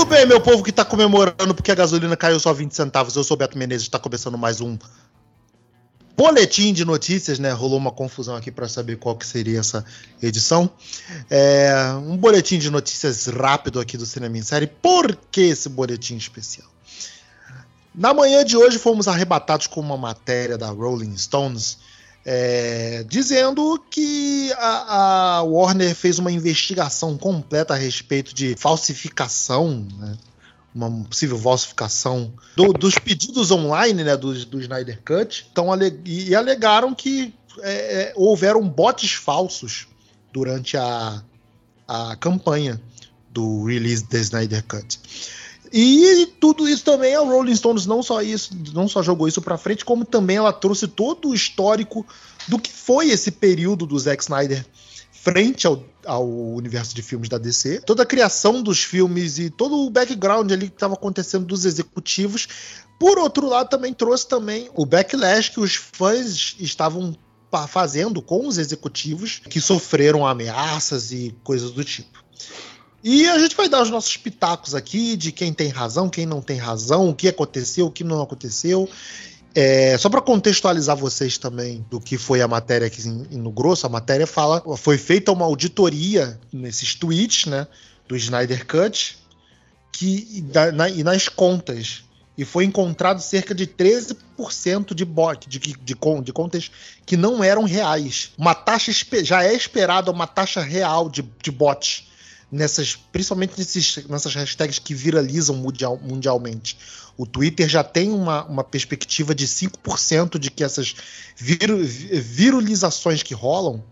Muito bem, meu povo que tá comemorando porque a gasolina caiu só 20 centavos. Eu sou o Beto Menezes, tá começando mais um boletim de notícias, né? Rolou uma confusão aqui para saber qual que seria essa edição. Um boletim de notícias rápido aqui do Cinema em Série. Por que esse boletim especial? Na manhã de hoje fomos arrebatados com uma matéria da Rolling Stones dizendo que a Warner fez uma investigação completa a respeito de falsificação, né? Uma possível falsificação dos pedidos online, né, do Snyder Cut. Então, e alegaram que houveram bots falsos durante a campanha do release do Snyder Cut. E tudo isso também, a Rolling Stones não só jogou isso pra frente, como também ela trouxe todo o histórico do que foi esse período do Zack Snyder frente ao universo de filmes da DC, toda a criação dos filmes e todo o background ali que estava acontecendo dos executivos. Por outro lado, também trouxe também o backlash que os fãs estavam fazendo com os executivos que sofreram ameaças e coisas do tipo. E a gente vai dar os nossos pitacos aqui de quem tem razão, quem não tem razão, o que aconteceu, o que não aconteceu. Só para contextualizar vocês também do que foi a matéria aqui no grosso, a matéria foi feita uma auditoria nesses tweets, né, do Snyder Cut e nas contas, e foi encontrado cerca de 13% de bot, de contas que não eram reais. Uma taxa já é esperada uma taxa real de bots, principalmente nessas hashtags que viralizam mundialmente. O Twitter já tem uma perspectiva de 5% de que essas viralizações que rolam,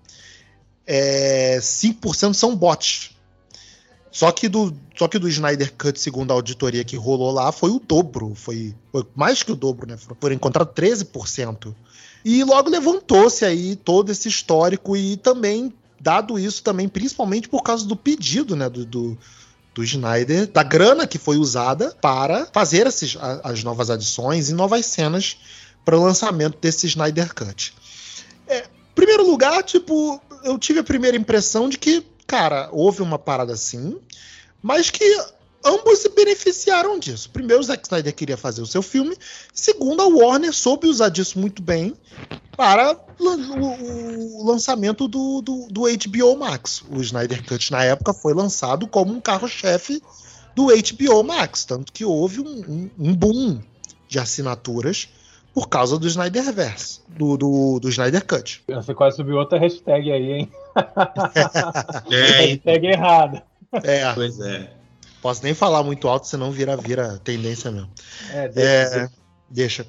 5% são bots. Só que do Snyder Cut, segundo a auditoria que rolou lá, foi o dobro. Foi mais que o dobro, né? Foram encontrados 13%. E logo levantou-se aí todo esse histórico e também, dado isso também, principalmente por causa do pedido, né, do Snyder, da grana que foi usada para fazer as novas adições e novas cenas para o lançamento desse Snyder Cut. Em primeiro lugar, eu tive a primeira impressão de que, cara, houve uma parada assim, mas que ambos se beneficiaram disso. Primeiro, o Zack Snyder queria fazer o seu filme. Segundo, a Warner soube usar disso muito bem para o lançamento do HBO Max. O Snyder Cut, na época, foi lançado como um carro-chefe do HBO Max. Tanto que houve um boom de assinaturas por causa do Snyderverse, do Snyder Cut. Você quase subiu outra hashtag aí, hein? Hashtag errada. Pois é. Posso nem falar muito alto, senão vira tendência mesmo. Deixa.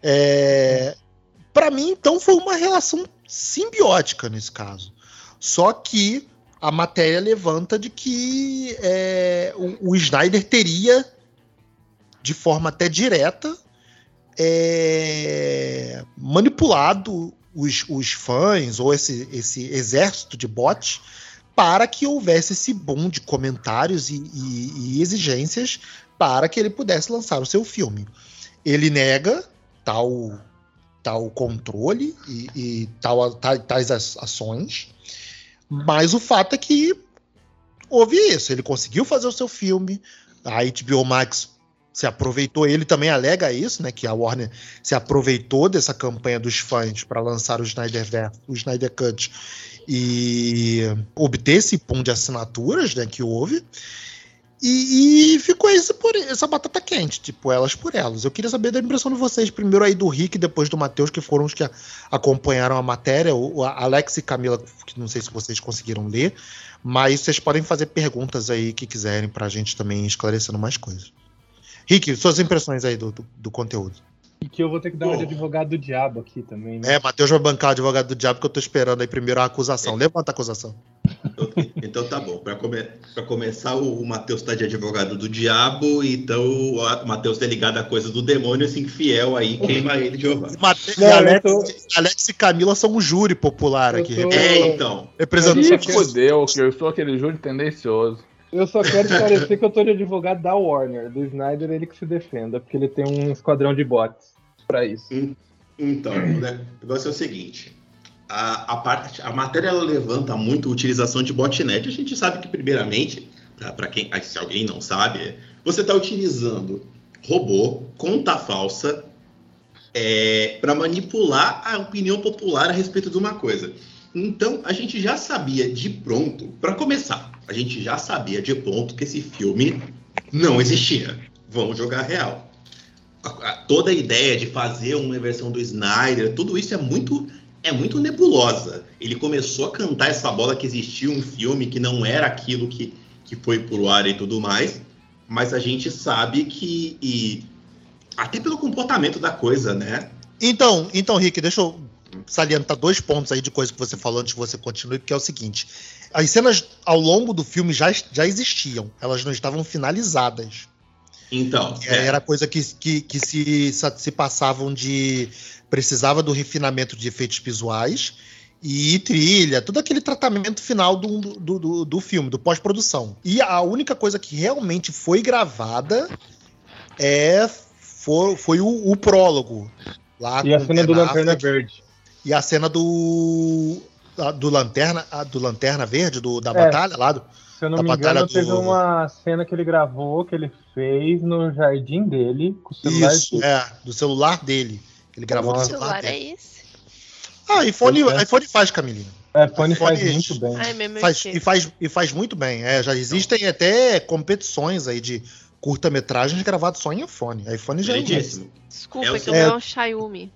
Para mim, então, foi uma relação simbiótica nesse caso. Só que a matéria levanta de que o Snyder teria, de forma até direta, manipulado os fãs ou esse exército de bots para que houvesse esse boom de comentários e exigências para que ele pudesse lançar o seu filme. Ele nega tal controle e tais ações, mas o fato é que houve isso. Ele conseguiu fazer o seu filme, a HBO Max se aproveitou, ele também alega isso, né, que a Warner se aproveitou dessa campanha dos fãs para lançar o Snyder Cut e obter esse boom de assinaturas, né, que houve, e ficou essa batata quente, elas por elas. Eu queria saber da impressão de vocês, primeiro aí do Rick, depois do Matheus, que foram os que acompanharam a matéria, o Alex e Camila, que não sei se vocês conseguiram ler, mas vocês podem fazer perguntas aí que quiserem pra gente também esclarecendo mais coisas. Rick, suas impressões aí do conteúdo. E que eu vou ter que dar uma de advogado do diabo aqui também, né? Matheus vai bancar o advogado do diabo, que eu tô esperando aí primeiro a acusação. Levanta a acusação. Então tá bom. Para começar, o Matheus tá de advogado do diabo, então o Matheus é ligado a coisa do demônio, assim, fiel aí, queima ele de Jeová. Alex e Camila são um júri popular aqui. Então. Representante. Fodeu, que eu sou aquele júri tendencioso. Eu só quero esclarecer que eu tô de advogado da Warner, do Snyder, ele que se defenda, porque ele tem um esquadrão de bots pra isso. Então, né, o negócio é o seguinte, a matéria ela levanta muito a utilização de botnet. A gente sabe que, primeiramente, para quem, se alguém não sabe, você está utilizando robô, conta falsa, para manipular a opinião popular a respeito de uma coisa. Então, a gente já sabia de pronto, para começar, a gente já sabia de pronto que esse filme não existia. Vamos jogar real. Toda a ideia de fazer uma versão do Snyder, tudo isso é muito nebulosa. Ele começou a cantar essa bola que existia um filme que não era aquilo que foi pro ar e tudo mais, mas a gente sabe que até pelo comportamento da coisa, né? Então, Rick, deixa eu salientar 2 pontos aí de coisa que você falou antes que você continue, porque é o seguinte: as cenas ao longo do filme já existiam, elas não estavam finalizadas. Então, era coisa que se passavam de... Precisava do refinamento de efeitos visuais e trilha, todo aquele tratamento final do filme, do pós-produção. E a única coisa que realmente foi gravada foi o prólogo. Lá e a cena do Lanterna Verde. E a cena do Lanterna Verde, da batalha lá. Se eu não me engano, teve uma cena que ele gravou, que ele fez no jardim dele, com o celular dele. Do celular dele. Ele gravou no celular é esse? iPhone faz, Camilinha. iPhone faz muito bem. Faz muito bem. Já existem até competições aí de curta-metragens gravados só em iPhone. iPhone já é isso. Desculpa, que o meu é um Xiaomi.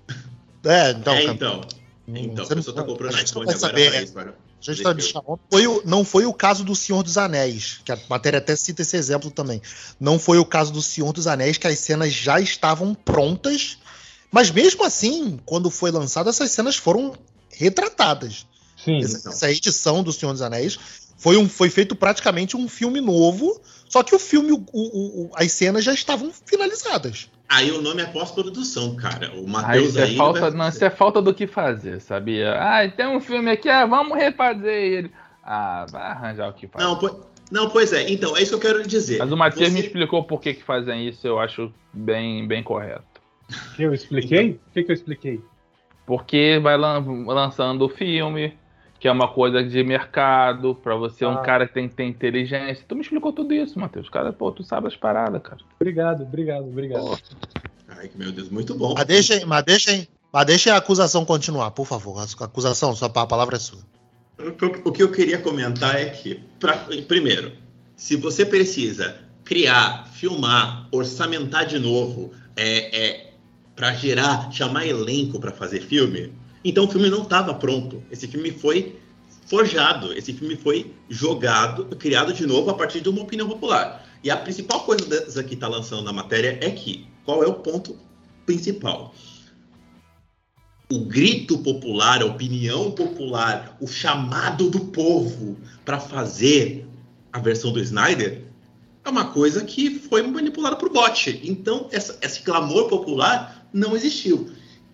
Então, você está comprando iPhone agora para isso, cara. Não foi o caso do Senhor dos Anéis, que a matéria até cita esse exemplo também. Não foi o caso do Senhor dos Anéis, que as cenas já estavam prontas, mas mesmo assim, quando foi lançado, essas cenas foram retratadas. Sim, essa edição do Senhor dos Anéis foi feito praticamente um filme novo, só que o filme, as cenas já estavam finalizadas. Aí o nome é pós-produção, cara. O Matheus isso é falta do que fazer, sabia? Tem um filme aqui, vamos refazer ele. Vai arranjar o que fazer. Não, pois é. Então, é isso que eu quero dizer. Mas o Matheus me explicou por que fazem isso, eu acho bem, bem correto. Que eu expliquei? O que eu expliquei? Porque vai lançando o filme, que é uma coisa de mercado, pra você, um cara que tem inteligência. Tu me explicou tudo isso, Matheus. Cara, tu sabe as paradas, cara. Obrigado. Ai, meu Deus, muito bom. Mas deixem a acusação continuar, por favor. A acusação, a palavra é sua. O que eu queria comentar é que, primeiro, se você precisa criar, filmar, orçamentar de novo, pra chamar elenco pra fazer filme... Então o filme não estava pronto. Esse filme foi forjado. Esse filme foi criado de novo a partir de uma opinião popular. E a principal coisa dessa que está lançando na matéria é que, qual é o ponto principal? O grito popular, a opinião popular, o chamado do povo para fazer a versão do Snyder é uma coisa que foi manipulada por bot. Então esse clamor popular não existiu.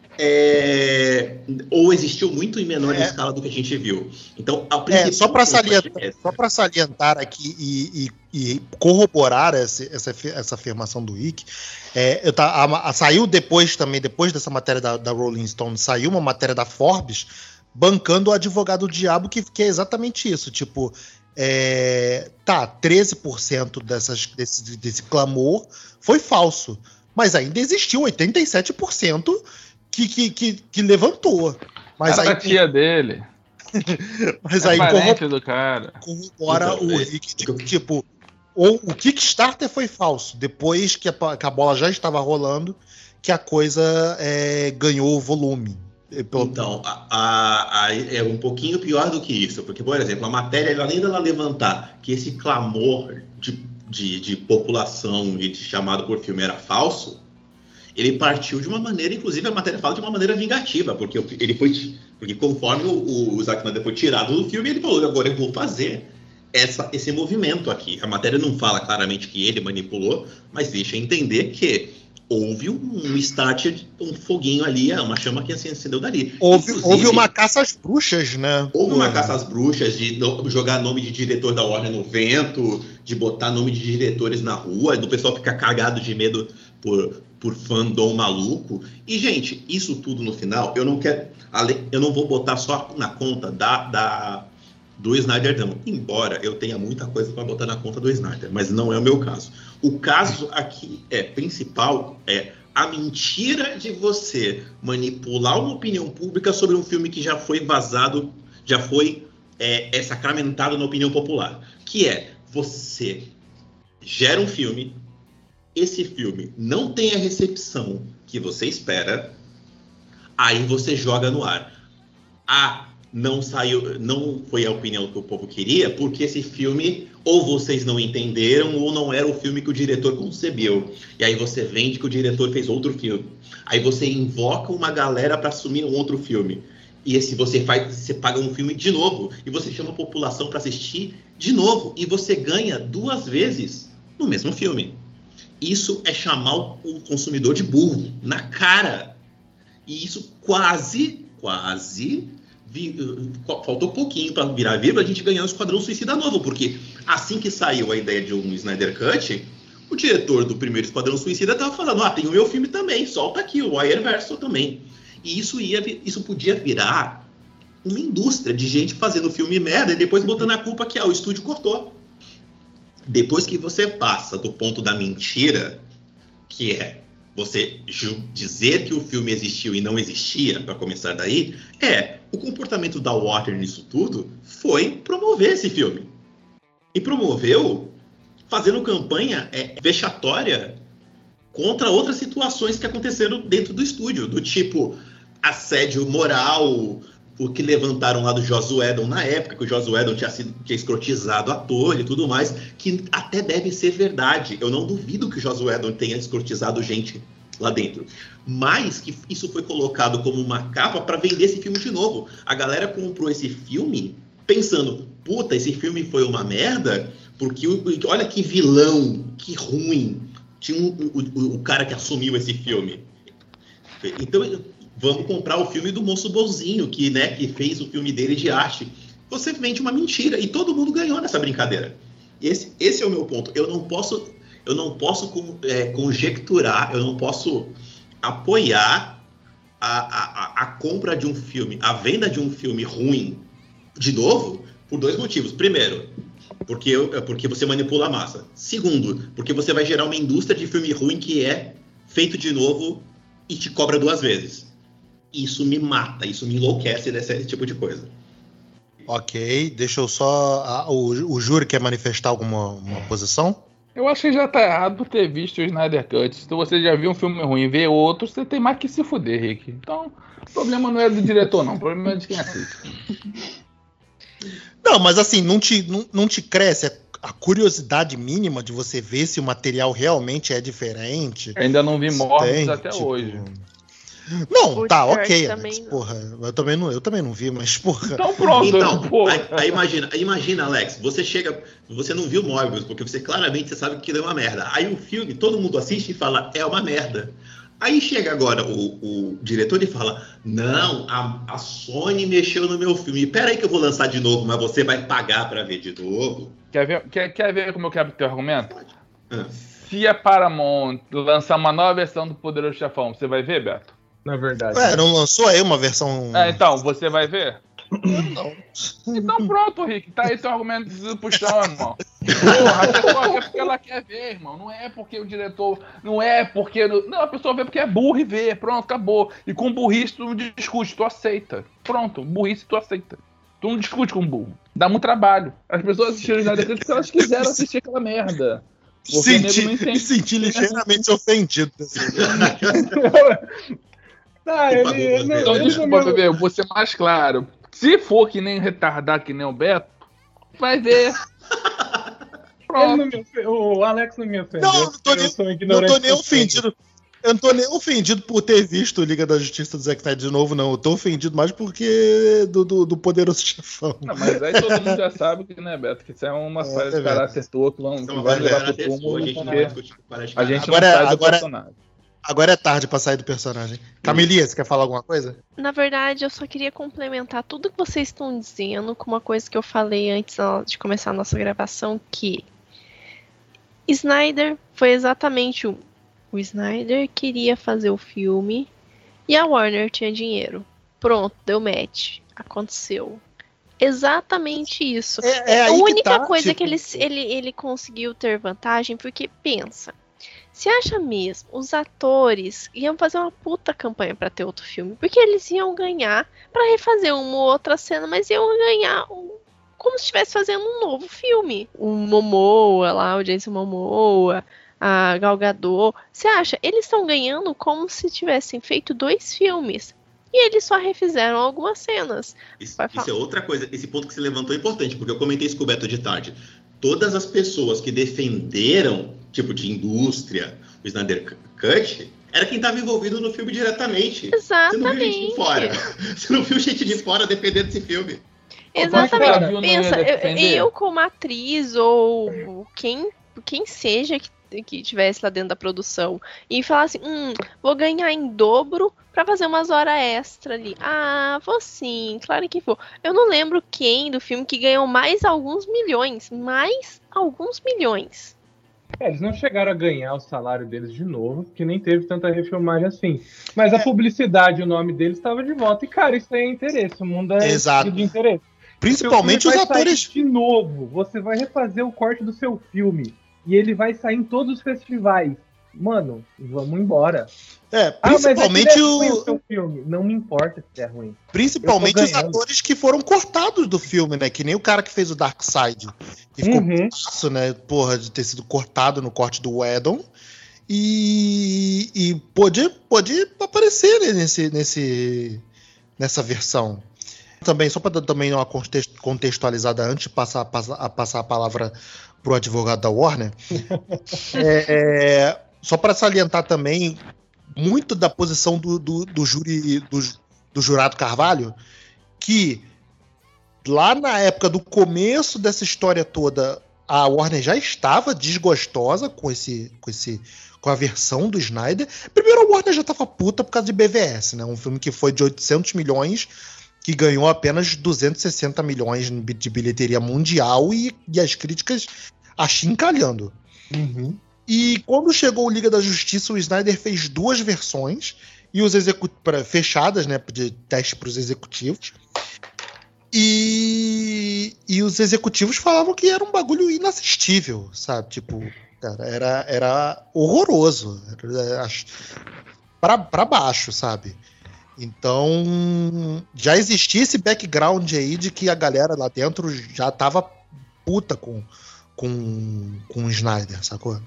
Ou existiu muito em menor escala do que a gente viu. Então, só para salientar aqui e corroborar essa afirmação do Rick, saiu depois dessa matéria da Rolling Stone, saiu uma matéria da Forbes bancando o advogado do diabo, que é exatamente isso. Tipo, 13% desse clamor foi falso, mas ainda existiu 87% que levantou. Mas a tia dele. Mas aí do cara. Corrobora o Rick, tipo, o Kickstarter foi falso. Depois que a bola já estava rolando, que a coisa ganhou volume. Então, é um pouquinho pior do que isso. Porque, por exemplo, a matéria, além dela levantar que esse clamor de população e de chamado por filme era falso, ele partiu de uma maneira, inclusive a matéria fala de uma maneira vingativa, porque conforme o Zack Snyder foi tirado do filme, ele falou, agora eu vou fazer esse movimento aqui. A matéria não fala claramente que ele manipulou, mas deixa entender que houve um start, um foguinho ali, uma chama que se acendeu dali. Houve uma caça às bruxas, né? Houve uma caça às bruxas, de jogar nome de diretor da Warner no vento, de botar nome de diretores na rua, do pessoal ficar cagado de medo por fandom maluco. E, gente, isso tudo no final, eu não vou botar só na conta do Snyder não. Embora eu tenha muita coisa para botar na conta do Snyder, mas não é o meu caso. O caso aqui principal é a mentira de você manipular uma opinião pública sobre um filme que já foi vazado, já foi sacramentado na opinião popular. Que é, você gera um filme, esse filme não tem a recepção que você espera, aí você joga no ar. Não foi a opinião que o povo queria, porque esse filme ou vocês não entenderam ou não era o filme que o diretor concebeu. E aí você vende que o diretor fez outro filme. Aí você invoca uma galera para assumir um outro filme. E se você paga um filme de novo e você chama a população para assistir de novo e você ganha 2 vezes no mesmo filme. Isso é chamar o consumidor de burro na cara. E isso quase faltou pouquinho para virar vírgula, a gente ganhou o Esquadrão Suicida novo, porque assim que saiu a ideia de um Snyder Cut, o diretor do primeiro Esquadrão Suicida estava falando, tem o meu filme também, solta aqui, o Wireverso também. E isso podia virar uma indústria de gente fazendo filme merda e depois botando a culpa que o estúdio cortou. Depois que você passa do ponto da mentira, que é você dizer que o filme existiu e não existia, para começar daí, o comportamento da Warner nisso tudo foi promover esse filme. E promoveu fazendo campanha vexatória contra outras situações que aconteceram dentro do estúdio, do tipo assédio moral, o que levantaram lá do Joss Whedon na época, que o Joss Whedon tinha escrotizado ator e tudo mais, que até deve ser verdade. Eu não duvido que o Joss Whedon tenha escrotizado gente lá dentro. Mas que isso foi colocado como uma capa para vender esse filme de novo. A galera comprou esse filme pensando, puta, esse filme foi uma merda, porque olha que vilão, que ruim. Tinha o cara que assumiu esse filme. Então, vamos comprar o filme do moço bonzinho, que fez o filme dele de arte. Você vende uma mentira e todo mundo ganhou nessa brincadeira. Esse é o meu ponto. Eu não posso conjecturar, eu não posso apoiar a compra de um filme, a venda de um filme ruim de novo, por 2 motivos. Primeiro, porque você manipula a massa. Segundo, porque você vai gerar uma indústria de filme ruim que é feito de novo e te cobra 2 vezes. Isso me mata, isso me enlouquece desse tipo de coisa. Ok, deixa eu só... O júri quer manifestar alguma posição? Eu acho que já tá errado por ter visto o Snyder Cut. Se você já viu um filme ruim e vê outro, você tem mais que se fuder, Rick. Então, o problema não é do diretor, não. O problema é de quem assiste. Não, mas assim, não te cresce a curiosidade mínima de você ver se o material realmente é diferente? Ainda não vi Morbius até hoje. Não, tá, ok. Também Alex, porra, eu também não vi, mas porra. Então pronto. Então, aí imagina, Alex, você não viu Morbius, porque você claramente sabe que aquilo é uma merda. Aí o filme, todo mundo assiste e fala, é uma merda. Aí chega agora o diretor e fala, não, a Sony mexeu no meu filme. Pera aí que eu vou lançar de novo, mas você vai pagar pra ver de novo. Quer ver como eu quebro teu argumento? Se a Paramount lançar uma nova versão do Poderoso Chefão, você vai ver, Beto? Na verdade. Não lançou aí uma versão... então, você vai ver? Não. Então pronto, Rick. Tá aí teu argumento de puxão, irmão. Porra, a pessoa vê porque ela quer ver, irmão. Não é porque o diretor... Não é porque... Não, a pessoa vê porque é burro e vê. Pronto, acabou. E com burrice tu não discute, tu aceita. Pronto, burrice tu aceita. Tu não discute com burro. Dá muito trabalho. As pessoas assistiram Snyder Cut porque elas quiseram assistir aquela merda. Me senti ligeiramente ofendido. Então, desculpa, bebê, eu vou ser mais claro. Se for que nem retardar que nem o Beto, vai ver. O Alex não me ofendeu. Não tô nem ofendido. Eu não tô nem ofendido por ter visto Liga da Justiça do Zack Snyder de novo, não. Eu tô ofendido mais porque do Poderoso Chefão. Não, mas aí todo mundo já sabe que, né, Beto, que isso é uma série de caráter tua que vai levar pro túmulo. A gente não sai do personagem. Agora é tarde pra sair do personagem. Camilinha, você quer falar alguma coisa? Na verdade, eu só queria complementar tudo que vocês estão dizendo com uma coisa que eu falei antes de começar a nossa gravação, que Snyder foi exatamente o Snyder queria fazer o filme e a Warner tinha dinheiro. Pronto, deu match. Aconteceu. Exatamente isso. A única coisa que ele conseguiu ter vantagem, porque pensa, você acha mesmo, os atores iam fazer uma puta campanha pra ter outro filme, porque eles iam ganhar pra refazer uma ou outra cena, mas iam ganhar como se estivesse fazendo um novo filme. O Momoa lá, o Jason Momoa, a Gal Gadot. Você acha? Eles estão ganhando como se tivessem feito 2 filmes. E eles só refizeram algumas cenas. Isso é outra coisa. Esse ponto que você levantou é importante, porque eu comentei isso com o Beto de tarde. Todas as pessoas que defenderam, tipo de indústria, o Snyder Cut, era quem estava envolvido no filme diretamente. Exatamente. Você não viu gente de fora. Você não viu gente de fora defendendo desse filme. Exatamente. Pensa, eu como atriz ou quem seja que tivesse lá dentro da produção e falar assim, vou ganhar em dobro pra fazer umas horas extra ali. Ah, vou sim, claro que vou. Eu não lembro quem do filme que ganhou mais alguns milhões. Eles não chegaram a ganhar o salário deles de novo, porque nem teve tanta refilmagem assim. Mas a publicidade, o nome deles estava de volta. E, cara, isso aí é interesse. O mundo é de interesse. Principalmente os atores. De novo, você vai refazer o corte do seu filme. E ele vai sair em todos os festivais. Mano, vamos embora. Principalmente o seu filme. Não me importa se é ruim. Principalmente os atores que foram cortados do filme, né? Que nem o cara que fez o Darkseid. Que ficou putaço, né? Porra, de ter sido cortado no corte do Whedon. E pode aparecer, né, nessa versão. Também, só para também dar uma contextualizada antes de passar a palavra pro advogado da Warner, só para salientar também muito da posição do júri, do jurado Carvalho, que lá na época do começo dessa história toda, a Warner já estava desgostosa com a versão do Snyder. Primeiro, a Warner já estava puta por causa de BVS, né? Um filme que foi de 800 milhões, que ganhou apenas 260 milhões de bilheteria mundial e as críticas achincalhando. E quando chegou o Liga da Justiça, o Snyder fez 2 versões e fechadas, né, de teste para os executivos. E os executivos falavam que era um bagulho inassistível, sabe? Tipo, cara, era horroroso. Pra baixo, sabe? Então, já existia esse background aí de que a galera lá dentro já tava puta com o Snyder, sacou?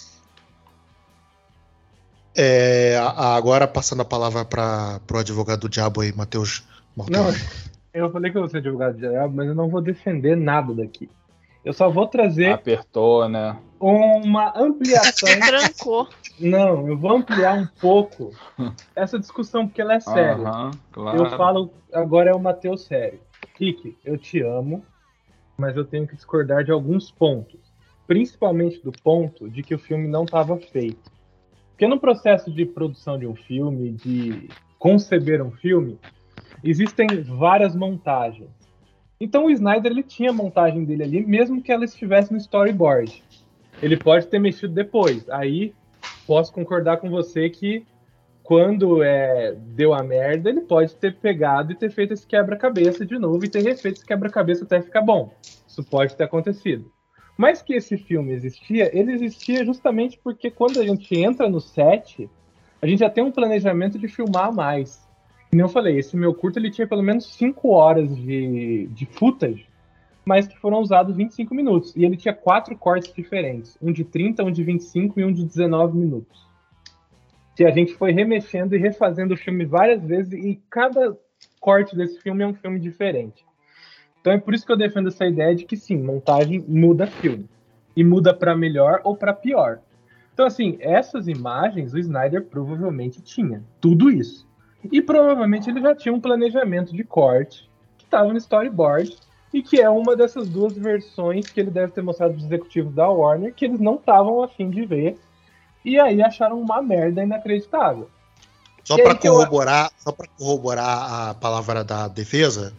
Agora, passando a palavra pro advogado do diabo aí, Matheus Maltão. Não, eu falei que eu vou ser advogado do diabo, mas eu não vou defender nada daqui. Eu só vou trazer... Apertou, né? Uma ampliação... Trancou. Não, eu vou ampliar um pouco essa discussão, porque ela é séria. Claro. Eu falo, agora é o Matheus sério. Kiki, eu te amo, mas eu tenho que discordar de alguns pontos. Principalmente do ponto de que o filme não estava feito. Porque no processo de produção de um filme, de conceber um filme, existem várias montagens. Então o Snyder, ele tinha a montagem dele ali, mesmo que ela estivesse no storyboard. Ele pode ter mexido depois. Aí, posso concordar com você que quando deu a merda, ele pode ter pegado e ter feito esse quebra-cabeça de novo e ter refeito esse quebra-cabeça até ficar bom. Isso pode ter acontecido. Mas que esse filme existia, ele existia justamente porque quando a gente entra no set, a gente já tem um planejamento de filmar mais. Como eu falei, esse meu curto ele tinha pelo menos 5 horas de footage, mas que foram usados 25 minutos. E ele tinha 4 cortes diferentes. Um de 30, um de 25 e um de 19 minutos. Que a gente foi remexendo e refazendo o filme várias vezes e cada corte desse filme é um filme diferente. Então é por isso que eu defendo essa ideia de que sim, montagem muda filme. E muda para melhor ou para pior. Então assim, essas imagens o Snyder provavelmente tinha. Tudo isso. E provavelmente ele já tinha um planejamento de corte que estava no storyboard e que é uma dessas 2 versões que ele deve ter mostrado para os executivos da Warner que eles não estavam a fim de ver e aí acharam uma merda inacreditável. Só para corroborar a palavra da defesa,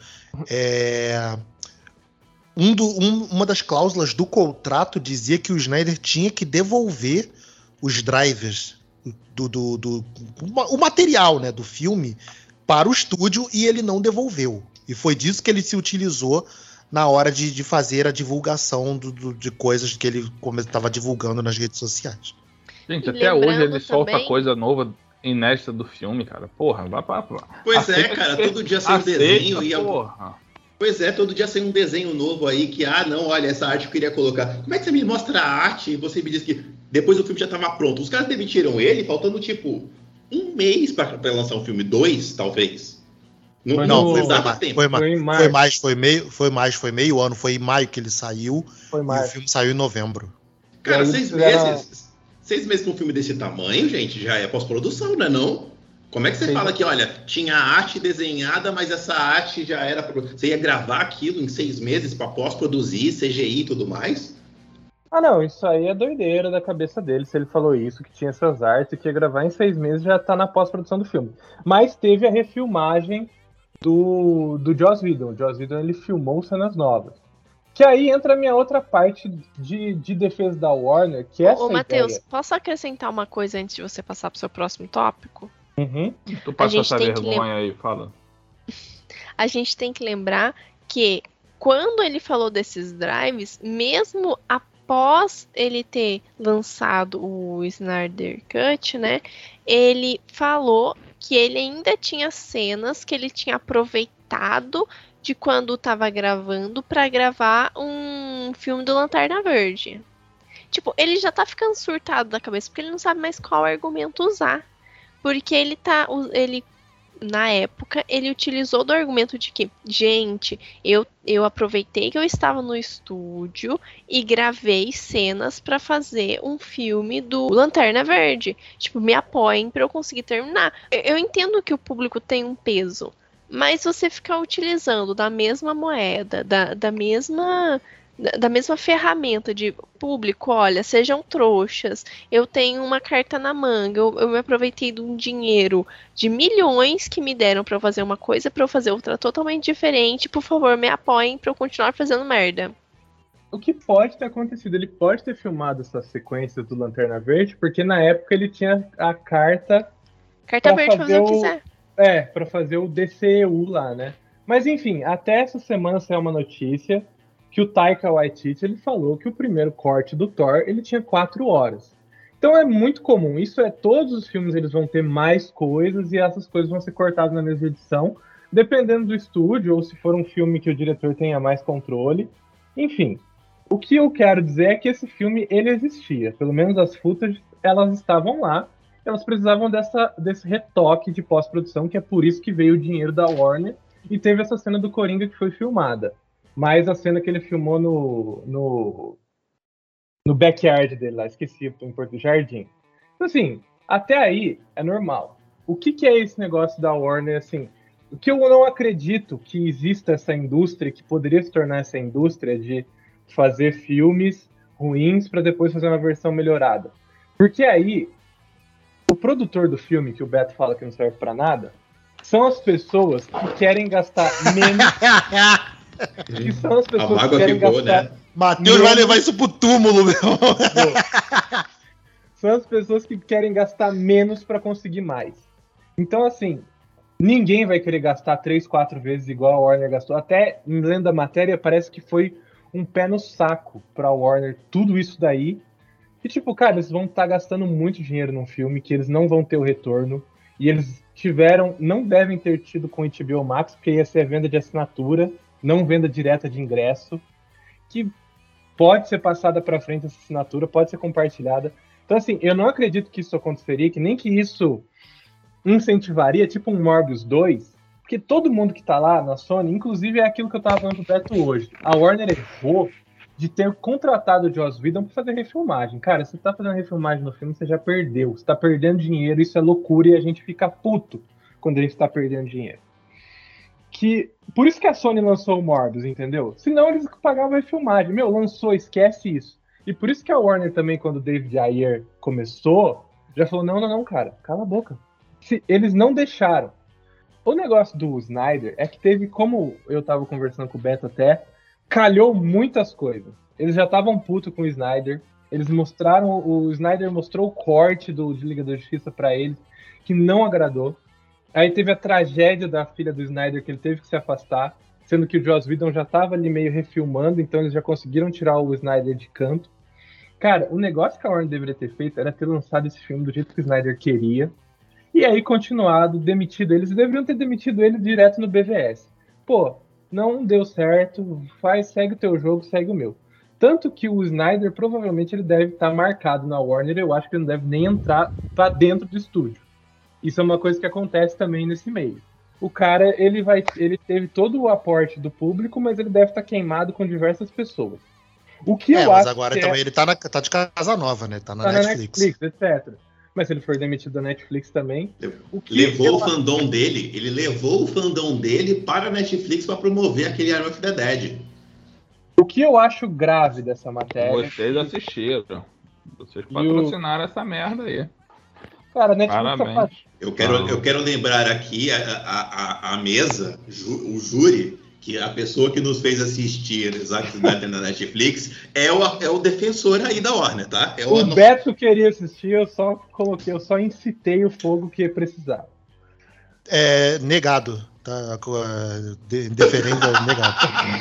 uma das cláusulas do contrato dizia que o Snyder tinha que devolver os drivers o material, né, do filme para o estúdio e ele não devolveu. E foi disso que ele se utilizou na hora de fazer a divulgação de coisas que ele estava divulgando nas redes sociais. Gente, E até hoje ele solta também- coisa nova, inédita do filme, cara. Porra, vai pra... Pois é, cara, todo dia sai um desenho e... Porra. Pois é, todo dia sai um desenho novo aí que, não, olha, essa arte eu queria colocar. Como é que você me mostra a arte e você me diz que depois o filme já estava pronto? Os caras demitiram ele faltando, tipo, um mês para lançar um filme, 2, talvez. Mas Não no- dava tempo. Foi Foi em março. foi meio ano, foi em maio que ele saiu Foi e o março. filme saiu em novembro. Cara, E aí 6 fizeram- meses. 6 meses com um filme desse tamanho, gente, já é pós-produção, né, não? Como é que você Sim. fala que, olha, tinha arte desenhada, mas essa arte já era... Você ia gravar aquilo em 6 meses para pós-produzir, CGI e tudo mais? Ah, não, isso aí é doideira da cabeça dele, se ele falou isso, que tinha essas artes, que ia gravar em 6 meses, já tá na pós-produção do filme. Mas teve a refilmagem do Joss Whedon. O Joss Whedon, ele filmou cenas novas. Que aí entra a minha outra parte de defesa da Warner, que é essa Ô, Matheus, ideia. posso acrescentar uma coisa antes de você passar pro seu próximo tópico? Uhum. Tu passa gente essa tem que vergonha aí, fala. A gente tem que lembrar que quando ele falou desses drives, mesmo após ele ter lançado o Snyder Cut, né, ele falou que ele ainda tinha cenas que ele tinha aproveitado de quando estava gravando para gravar um filme do Lanterna Verde. Tipo, ele já tá ficando surtado da cabeça porque ele não sabe mais qual argumento usar. Porque ele na época, ele utilizou do argumento de que, gente, eu aproveitei que eu estava no estúdio e gravei cenas pra fazer um filme do Lanterna Verde. Tipo, me apoiem pra eu conseguir terminar. Eu entendo que o público tem um peso, mas você ficar utilizando da mesma moeda, da mesma ferramenta de público, olha, sejam trouxas, eu tenho uma carta na manga, eu me aproveitei de um dinheiro de milhões que me deram pra eu fazer uma coisa, pra eu fazer outra totalmente diferente, por favor, me apoiem pra eu continuar fazendo merda. O que pode ter acontecido? Ele pode ter filmado essas sequências do Lanterna Verde, porque na época ele tinha a carta Carta Pra verde fazer o que fazer quiser. pra fazer o DCEU lá, né? Mas enfim, até essa semana saiu uma notícia que o Taika Waititi, ele falou que o primeiro corte do Thor, ele tinha 4 horas. Então é muito comum, todos os filmes eles vão ter mais coisas e essas coisas vão ser cortadas na mesma edição, dependendo do estúdio, ou se for um filme que o diretor tenha mais controle. Enfim, o que eu quero dizer é que esse filme, ele existia. Pelo menos as footage, elas estavam lá, elas precisavam desse retoque de pós-produção, que é por isso que veio o dinheiro da Warner, e teve essa cena do Coringa que foi filmada. Mas a cena que ele filmou no backyard dele lá, esqueci, em Porto Jardim. Então, assim, até aí é normal. O que é esse negócio da Warner, assim? O que eu não acredito que exista essa indústria, que poderia se tornar essa indústria de fazer filmes ruins para depois fazer uma versão melhorada. Porque aí, o produtor do filme, que o Beto fala que não serve para nada, são as pessoas que querem gastar menos... que são as pessoas que querem gastar... Matheus vai levar isso pro túmulo, meu. São as pessoas que querem gastar menos para conseguir mais. Então, assim, ninguém vai querer gastar 3, 4 vezes igual a Warner gastou. Até, lendo a matéria, parece que foi um pé no saco pra Warner tudo isso daí. E, tipo, cara, eles vão estar gastando muito dinheiro num filme que eles não vão ter o retorno. E eles não devem ter tido com o HBO Max, porque ia ser venda de assinatura, não venda direta de ingresso, que pode ser passada para frente essa assinatura, pode ser compartilhada. Então, assim, eu não acredito que isso aconteceria, que nem que isso incentivaria, tipo um Morbius 2, porque todo mundo que tá lá na Sony, inclusive é aquilo que eu tava falando pro Beto hoje, a Warner errou de ter contratado o Joss Whedon pra fazer refilmagem. Cara, você tá fazendo refilmagem no filme, você já perdeu, você tá perdendo dinheiro, isso é loucura e a gente fica puto quando a gente tá perdendo dinheiro. Por isso que a Sony lançou o Morbius, entendeu? Senão eles pagavam a refilmagem. Meu, lançou, esquece isso. E por isso que a Warner também, quando o David Ayer começou, já falou, não, cara, cala a boca. Eles não deixaram. O negócio do Snyder é que teve, como eu tava conversando com o Beto até, calhou muitas coisas. Eles já estavam putos com o Snyder, o Snyder mostrou o corte de Liga da Justiça pra eles, que não agradou. Aí teve a tragédia da filha do Snyder, que ele teve que se afastar, sendo que o Joss Whedon já tava ali meio refilmando, então eles já conseguiram tirar o Snyder de canto. Cara, o negócio que a Warner deveria ter feito era ter lançado esse filme do jeito que o Snyder queria, e aí continuado, demitido eles, deveriam ter demitido ele direto no BVS. Pô, não deu certo, segue o teu jogo, segue o meu. Tanto que o Snyder, provavelmente, ele deve estar marcado na Warner, eu acho que ele não deve nem entrar pra dentro do estúdio. Isso é uma coisa que acontece também nesse meio. O cara, ele teve todo o aporte do público, mas ele deve estar queimado com diversas pessoas. O que eu mas acho agora que também ele tá de casa nova, né? Tá na Netflix, etc. Mas se ele for demitido da Netflix também... Levou o fandom dele, ele levou o fandom dele para a Netflix para promover aquele Army of the Dead. O que eu acho grave dessa matéria... Vocês assistiram. Vocês patrocinaram essa merda aí. Cara, a Netflix Parabéns. Eu quero lembrar aqui a mesa, o júri, que a pessoa que nos fez assistir Zack Snyder na Netflix é o defensor aí da Warner, tá? Beto queria assistir, eu só incitei o fogo que precisava. Negado. Tá deferendo negado.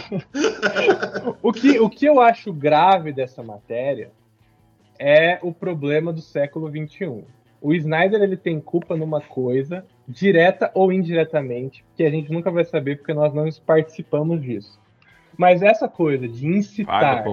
O que eu acho grave dessa matéria é o problema do século XXI. O Snyder, ele tem culpa numa coisa, direta ou indiretamente, que a gente nunca vai saber porque nós não participamos disso. Mas essa coisa de incitar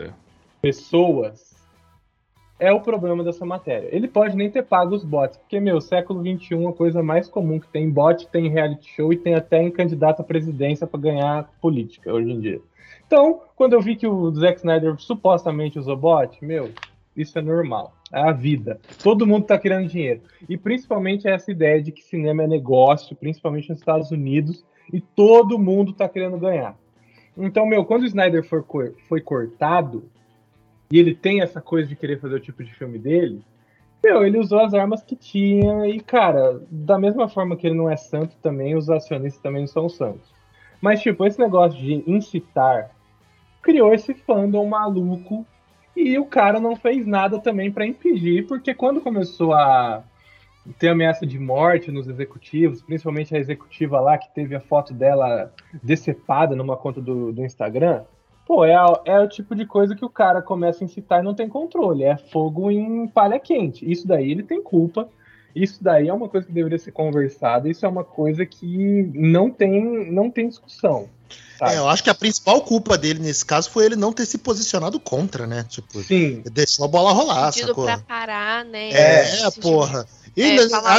pessoas é o problema dessa matéria. Ele pode nem ter pago os bots, porque, século XXI, a coisa mais comum que tem bot, tem reality show e tem até em candidato à presidência para ganhar política hoje em dia. Então, quando eu vi que o Zack Snyder supostamente usou bot, isso é normal. É a vida. Todo mundo tá querendo dinheiro. E principalmente essa ideia de que cinema é negócio, principalmente nos Estados Unidos, e todo mundo tá querendo ganhar. Então, quando o Snyder foi cortado, e ele tem essa coisa de querer fazer o tipo de filme dele, ele usou as armas que tinha, e, cara, da mesma forma que ele não é santo também, os acionistas também não são santos. Mas, esse negócio de incitar criou esse fandom maluco. E o cara não fez nada também para impedir, porque quando começou a ter ameaça de morte nos executivos, principalmente a executiva lá que teve a foto dela decepada numa conta do Instagram, é o tipo de coisa que o cara começa a incitar e não tem controle, é fogo em palha quente. Isso daí ele tem culpa, isso daí é uma coisa que deveria ser conversada, isso é uma coisa que não tem discussão. Eu acho que a principal culpa dele nesse caso foi ele não ter se posicionado contra, né? Sim. Deixou a bola rolar, sacou? Pra parar, né? Porra. Ele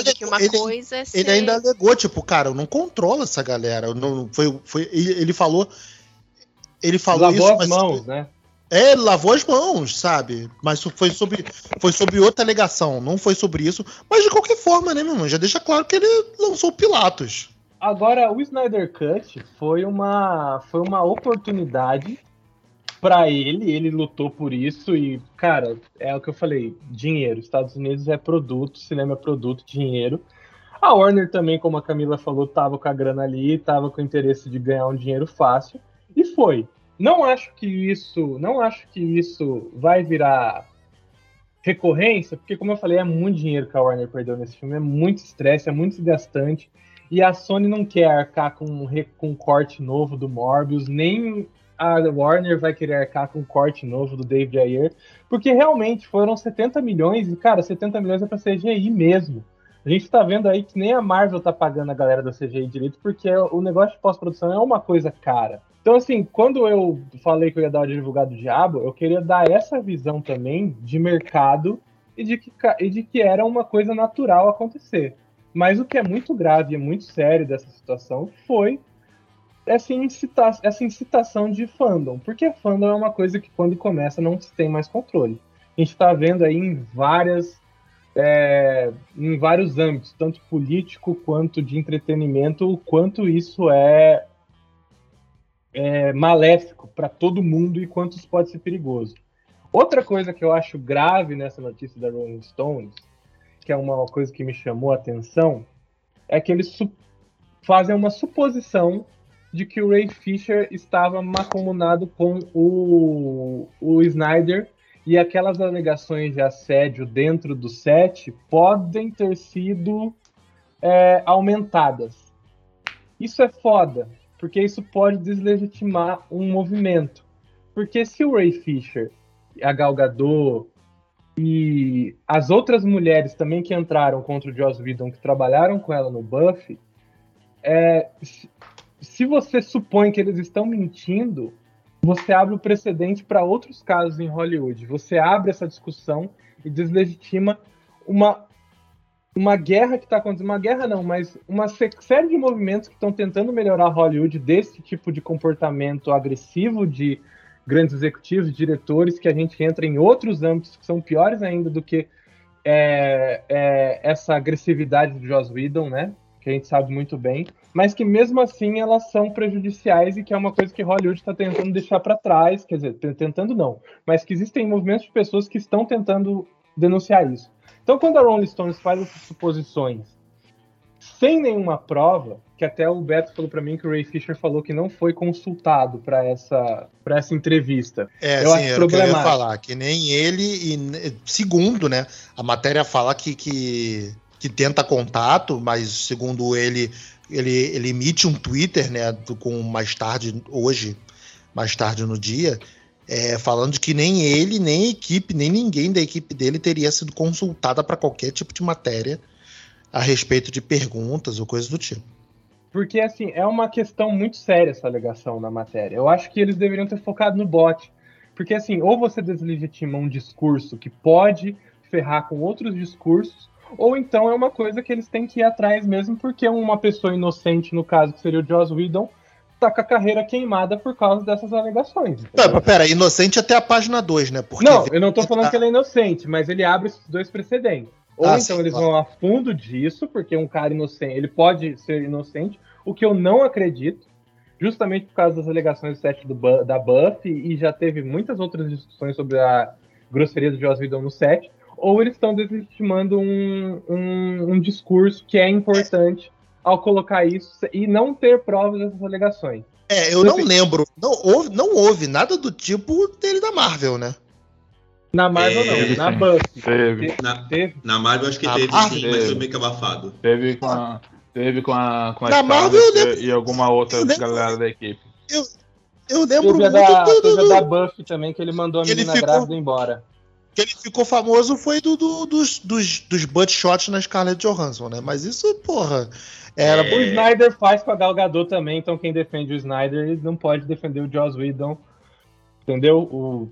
ainda alegou, cara, eu não controlo essa galera. Ele falou lavou isso, as mãos, né? Ele lavou as mãos, sabe? Mas foi sobre outra alegação, não foi sobre isso. Mas de qualquer forma, né, meu irmão? Já deixa claro que ele lançou o Pilatos. Agora, o Snyder Cut foi uma oportunidade para ele lutou por isso e, cara, é o que eu falei, dinheiro. Estados Unidos é produto, cinema é produto, dinheiro. A Warner também, como a Camila falou, tava com a grana ali, tava com o interesse de ganhar um dinheiro fácil e foi. Não acho que isso vai virar recorrência, porque, como eu falei, é muito dinheiro que a Warner perdeu nesse filme, é muito estresse, é muito desgastante. E a Sony não quer arcar com um corte novo do Morbius, nem a Warner vai querer arcar com um corte novo do David Ayer, porque realmente foram 70 milhões, e, cara, 70 milhões é pra CGI mesmo. A gente tá vendo aí que nem a Marvel tá pagando a galera da CGI direito, porque o negócio de pós-produção é uma coisa cara. Então, assim, quando eu falei que eu ia dar o advogado do diabo, eu queria dar essa visão também de mercado e de que era uma coisa natural acontecer. Mas o que é muito grave e muito sério dessa situação foi essa incitação de fandom. Porque fandom é uma coisa que, quando começa, não se tem mais controle. A gente está vendo aí em vários âmbitos, tanto político quanto de entretenimento, o quanto isso é maléfico para todo mundo e quanto isso pode ser perigoso. Outra coisa que eu acho grave nessa notícia da Rolling Stones, que é uma coisa que me chamou a atenção, é que eles fazem uma suposição de que o Ray Fisher estava mancomunado com o Snyder, e aquelas alegações de assédio dentro do set podem ter sido aumentadas. Isso é foda, porque isso pode deslegitimar um movimento. Porque se o Ray Fisher, a Gal Gadot e as outras mulheres também que entraram contra o Joss Whedon, que trabalharam com ela no Buffy, se você supõe que eles estão mentindo, você abre o precedente para outros casos em Hollywood. Você abre essa discussão e deslegitima uma guerra que está acontecendo. Uma guerra não, mas uma série de movimentos que estão tentando melhorar Hollywood desse tipo de comportamento agressivo de grandes executivos, diretores, que a gente entra em outros âmbitos que são piores ainda do que essa agressividade do Joss Whedon, né? Que a gente sabe muito bem, mas que mesmo assim elas são prejudiciais e que é uma coisa que Hollywood está tentando deixar para trás, quer dizer, tentando não, mas que existem movimentos de pessoas que estão tentando denunciar isso. Então, quando a Rolling Stones faz essas suposições sem nenhuma prova, que até o Beto falou para mim que o Ray Fisher falou que não foi consultado para essa entrevista. Eu acho problemático. Que eu ia falar, que nem ele, e segundo, né, a matéria fala que tenta contato, mas segundo ele emite um Twitter, né, com mais tarde no dia, falando que nem ele, nem a equipe, nem ninguém da equipe dele teria sido consultada para qualquer tipo de matéria a respeito de perguntas ou coisas do tipo. Porque, assim, é uma questão muito séria essa alegação na matéria. Eu acho que eles deveriam ter focado no bot. Porque, assim, ou você deslegitima um discurso que pode ferrar com outros discursos, ou então é uma coisa que eles têm que ir atrás mesmo, porque uma pessoa inocente, no caso, que seria o Joss Whedon, tá com a carreira queimada por causa dessas alegações. Pera, inocente até a página 2, né? Porque não, eu não tô falando que ele é inocente, mas ele abre esses dois precedentes. Ou então sim, eles vão a fundo disso, porque um cara inocente, ele pode ser inocente, o que eu não acredito, justamente por causa das alegações do set da Buffy, e já teve muitas outras discussões sobre a grosseria do Joss Whedon no set, ou eles estão deslegitimando um discurso que é importante ao colocar isso e não ter provas dessas alegações. Eu não lembro, não houve nada do tipo dele da Marvel, né? Na Marvel não, na Buffy. Teve. Na Marvel acho que teve sim, mas foi meio que abafado. Teve com a na Marvel e alguma outra galera da equipe. Eu lembro teve muito da Buffy também, que ele mandou a menina grávida embora. Que ele ficou famoso foi dos butt shots na Scarlett Johansson, né? Mas isso, porra, era... O Snyder faz com a Gal Gadot também, então quem defende o Snyder, ele não pode defender o Joss Whedon, entendeu?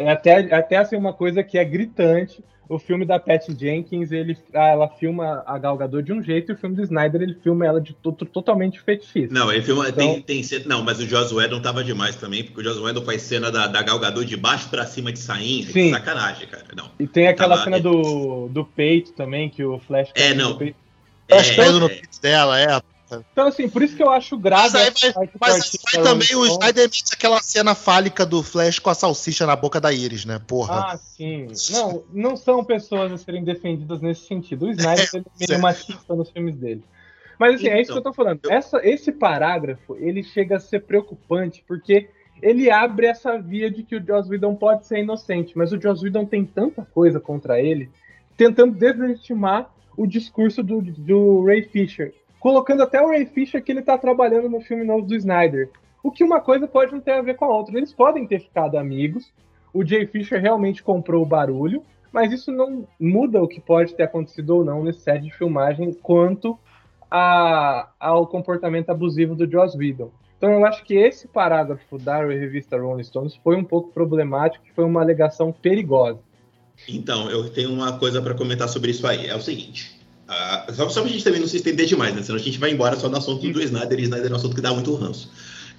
Até assim, uma coisa que é gritante, o filme da Patty Jenkins, ela filma a Gal Gadot de um jeito, e o filme do Snyder, ele filma ela de totalmente fetichista. Não, ele filma, então, tem cena, não, mas o Joss Whedon tava demais também, porque o Joss Whedon faz cena da Gal Gadot de baixo pra cima de sainha, sim. Sacanagem, cara. Não, e tem aquela cena do peito também, que o Flash... não. Flash no peito dela, Então, assim, por isso que eu acho grave... Mas também o Snyder emite aquela cena fálica do Flash com a salsicha na boca da Iris, né? Porra. Ah, sim. Não são pessoas a serem defendidas nesse sentido. O Snyder é meio machista nos filmes dele. Mas, assim, é isso que eu tô falando. Esse parágrafo, ele chega a ser preocupante, porque ele abre essa via de que o Joss Whedon pode ser inocente, mas o Joss Whedon tem tanta coisa contra ele, tentando deslegitimar o discurso do Ray Fisher, colocando até o Ray Fisher que ele tá trabalhando no filme novo do Snyder. O que uma coisa pode não ter a ver com a outra. Eles podem ter ficado amigos, o Jay Fisher realmente comprou o barulho, mas isso não muda o que pode ter acontecido ou não nesse set de filmagem quanto ao comportamento abusivo do Joss Whedon. Então eu acho que esse parágrafo da revista Rolling Stones foi um pouco problemático, foi uma alegação perigosa. Então, eu tenho uma coisa para comentar sobre isso aí. É o seguinte, só pra gente também não se estender demais, né? Senão a gente vai embora só no assunto do Snyder, e Snyder é um assunto que dá muito ranço.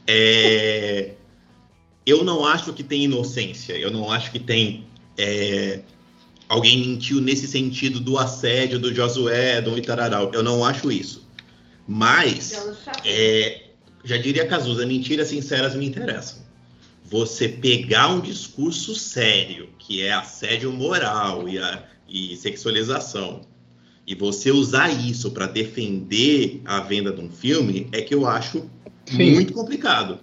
Eu não acho que tem inocência, eu não acho que tem alguém mentiu nesse sentido do assédio do Joss Whedon e tararau. Eu não acho isso. Mas, já diria Cazuza, mentiras sinceras me interessam. Você pegar um discurso sério, que é assédio moral e sexualização, e você usar isso para defender a venda de um filme, é que eu acho muito complicado.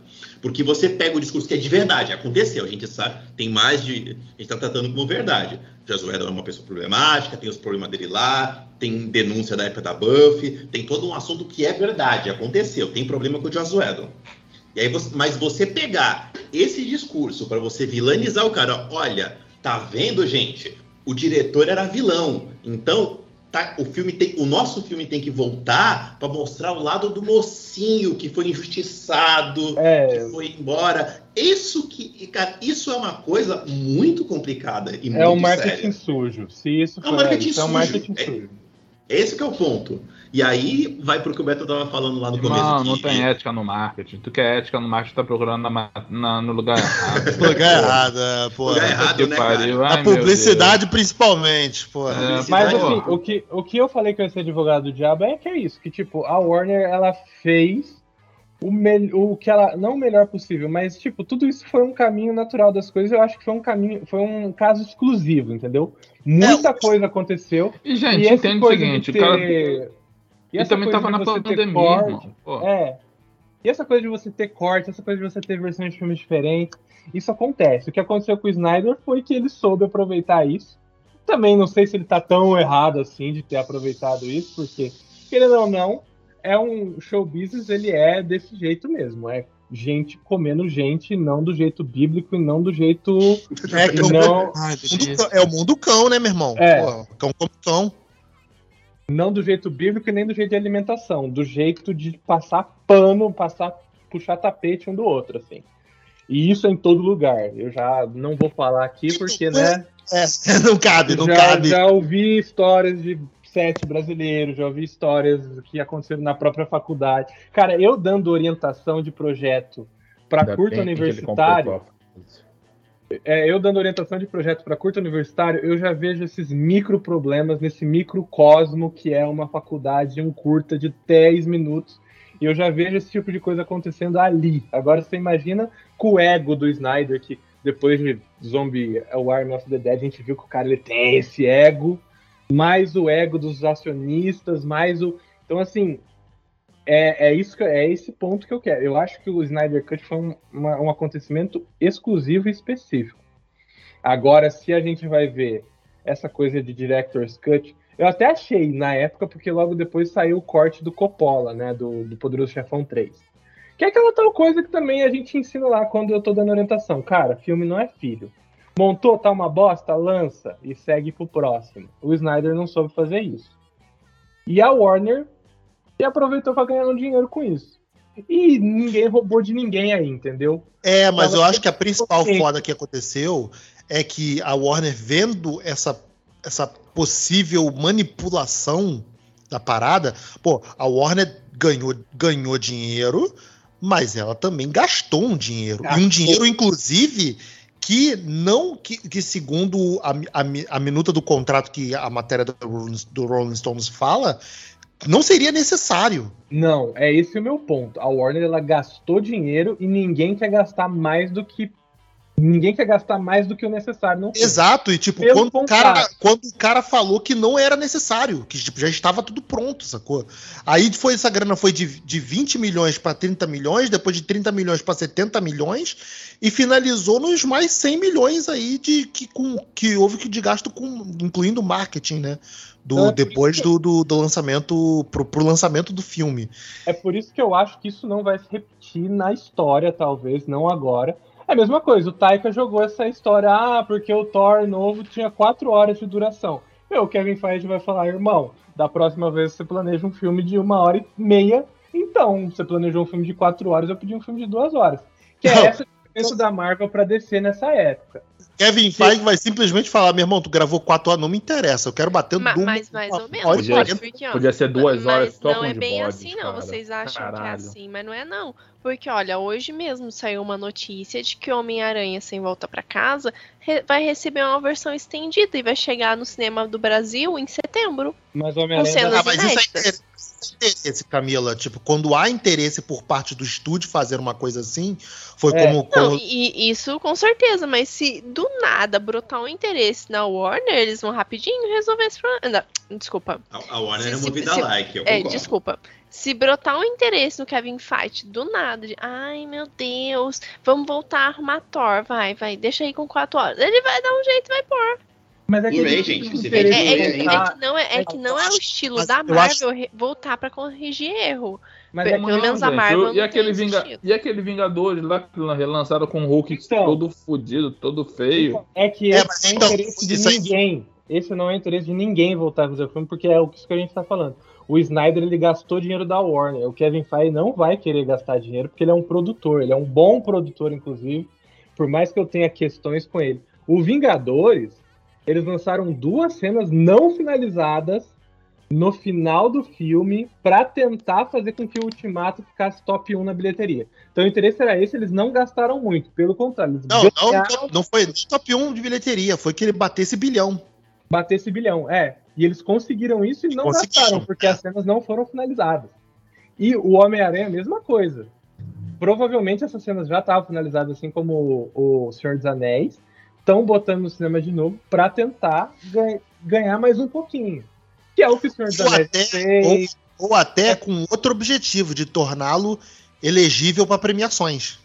Porque você pega o discurso que é de verdade, aconteceu, a gente sabe, tem mais de... A gente está tratando como verdade. Joss Whedon é uma pessoa problemática, tem os problemas dele lá, tem denúncia da época da Buffy, tem todo um assunto que é verdade, aconteceu, tem problema com o Joss Whedon. E aí mas você pegar esse discurso para você vilanizar o cara, olha, tá vendo, gente? O diretor era vilão, então... o nosso filme tem que voltar para mostrar o lado do mocinho que foi injustiçado, que foi embora. Isso é uma coisa muito complicada e muito séria. É um marketing sujo. Se isso é um marketing sujo. É um marketing sujo. Esse que é o ponto. E aí vai pro que o Beto estava falando lá no começo. Não tem ética no marketing. Tu quer ética no marketing, tá procurando no lugar errado. No lugar errado, pô. Lugar errado, né, cara? A publicidade, principalmente, pô. Mas assim, o que eu falei que eu ia ser advogado do diabo é que é isso. Que, tipo, a Warner, ela fez o que ela... Não o melhor possível, mas, tipo, tudo isso foi um caminho natural das coisas. Eu acho que foi um caso exclusivo, entendeu? Muita coisa aconteceu. E, gente, entende o seguinte, o cara... E também tava na pandemia, irmão. E essa coisa de você ter corte, essa coisa de você ter versões de filmes diferentes, isso acontece. O que aconteceu com o Snyder foi que ele soube aproveitar isso. Também não sei se ele tá tão errado assim de ter aproveitado isso, porque, querendo ou não, é um show business, ele é desse jeito mesmo. É gente comendo gente, não do jeito bíblico e não do jeito... É o mundo cão, né, meu irmão? Pô, cão como cão. Não do jeito bíblico e nem do jeito de alimentação, do jeito de passar pano, puxar tapete um do outro, assim. E isso é em todo lugar. Eu já não vou falar aqui porque, né... não cabe. Já ouvi histórias de set brasileiros, já ouvi histórias que aconteceram na própria faculdade. Cara, eu dando orientação de projeto para curso universitário... eu dando orientação de projeto para curso universitário, eu já vejo esses micro problemas nesse microcosmo que é uma faculdade, um curta de 10 minutos, e eu já vejo esse tipo de coisa acontecendo ali. Agora você imagina com o ego do Snyder, que depois de Zombie Army of the Dead, a gente viu que o cara ele tem esse ego, mais o ego dos acionistas, mais o... Então, assim... É esse ponto que eu quero. Eu acho que o Snyder Cut foi um acontecimento exclusivo e específico. Agora, se a gente vai ver essa coisa de Director's Cut, eu até achei na época, porque logo depois saiu o corte do Coppola, né, do Poderoso Chefão 3. Que é aquela tal coisa que também a gente ensina lá quando eu tô dando orientação. Cara, filme não é filho. Montou, tá uma bosta, lança e segue pro próximo. O Snyder não soube fazer isso. E a Warner... E aproveitou pra ganhar um dinheiro com isso. E ninguém roubou de ninguém aí, entendeu? Mas eu acho que a principal foda que aconteceu é que a Warner, vendo essa possível manipulação da parada, pô, a Warner ganhou dinheiro, mas ela também gastou um dinheiro. E um dinheiro, inclusive, que segundo a minuta do contrato que a matéria do Rolling Stones fala... Não seria necessário. Não, é esse o meu ponto. A Warner, ela gastou dinheiro e ninguém quer gastar mais do que o necessário. Não. Exato, e tipo, quando o cara falou que não era necessário, que tipo, já estava tudo pronto, sacou? Aí essa grana foi de 20 milhões para 30 milhões, depois de 30 milhões para 70 milhões, e finalizou nos mais 100 milhões aí que houve de gasto, incluindo marketing, né? Depois do lançamento, pro lançamento do filme. É por isso que eu acho que isso não vai se repetir na história, talvez, não agora. É a mesma coisa, o Taika jogou essa história, porque o Thor novo tinha 4 horas de duração. O Kevin Feige vai falar, irmão, da próxima vez você planeja um filme de 1h30, então, você planejou um filme de 4 horas, eu pedi um filme de 2 horas. Que é essa diferença da Marvel pra DC nessa época. Kevin Feige vai simplesmente falar, meu irmão, tu gravou 4 horas, não me interessa, eu quero bater no Mas mais ou menos. Podia ser 2 horas só com não é bem assim, não. Vocês acham que é assim, mas não é não. Porque, olha, hoje mesmo saiu uma notícia de que Homem-Aranha Sem Volta Pra Casa vai receber uma versão estendida e vai chegar no cinema do Brasil em setembro. Mas Homem-Aranha... mas isso é interesse, Camila. Tipo, quando há interesse por parte do estúdio fazer uma coisa assim, foi como... Não, e isso com certeza, mas se do nada brotar um interesse na Warner, eles vão rapidinho resolver esse problema. Desculpa. A Warner é movida like, eu concordo. Desculpa. Se brotar um interesse no Kevin Feige do nada, de ai meu Deus, vamos voltar a arrumar Thor, vai, deixa aí com 4 horas. Ele vai dar um jeito e vai pôr. Mas é que Blu-ray, gente, se vende que não é o estilo da Marvel voltar pra corrigir erro. Mas Pelo menos a Marvel e aquele Vingadores lá que relançaram com o Hulk todo fudido, todo feio. É que esse não é interesse de ninguém. Esse não é interesse de ninguém voltar a fazer o filme, porque é isso que a gente tá falando. O Snyder, ele gastou dinheiro da Warner. O Kevin Feige não vai querer gastar dinheiro, porque ele é um produtor. Ele é um bom produtor, inclusive, por mais que eu tenha questões com ele. O Vingadores, eles lançaram 2 cenas não finalizadas no final do filme pra tentar fazer com que o Ultimato ficasse top 1 na bilheteria. Então o interesse era esse, eles não gastaram muito. Pelo contrário, eles não foi top 1 de bilheteria, foi que ele batesse bilhão. Batesse bilhão, E eles conseguiram isso e não gastaram, porque as cenas não foram finalizadas. E o Homem-Aranha, a mesma coisa. Provavelmente essas cenas já estavam finalizadas, assim como o Senhor dos Anéis. Estão botando no cinema de novo para tentar ganhar mais um pouquinho. Que é o que o Senhor dos Anéis fez. Ou até com outro objetivo, de torná-lo elegível para premiações.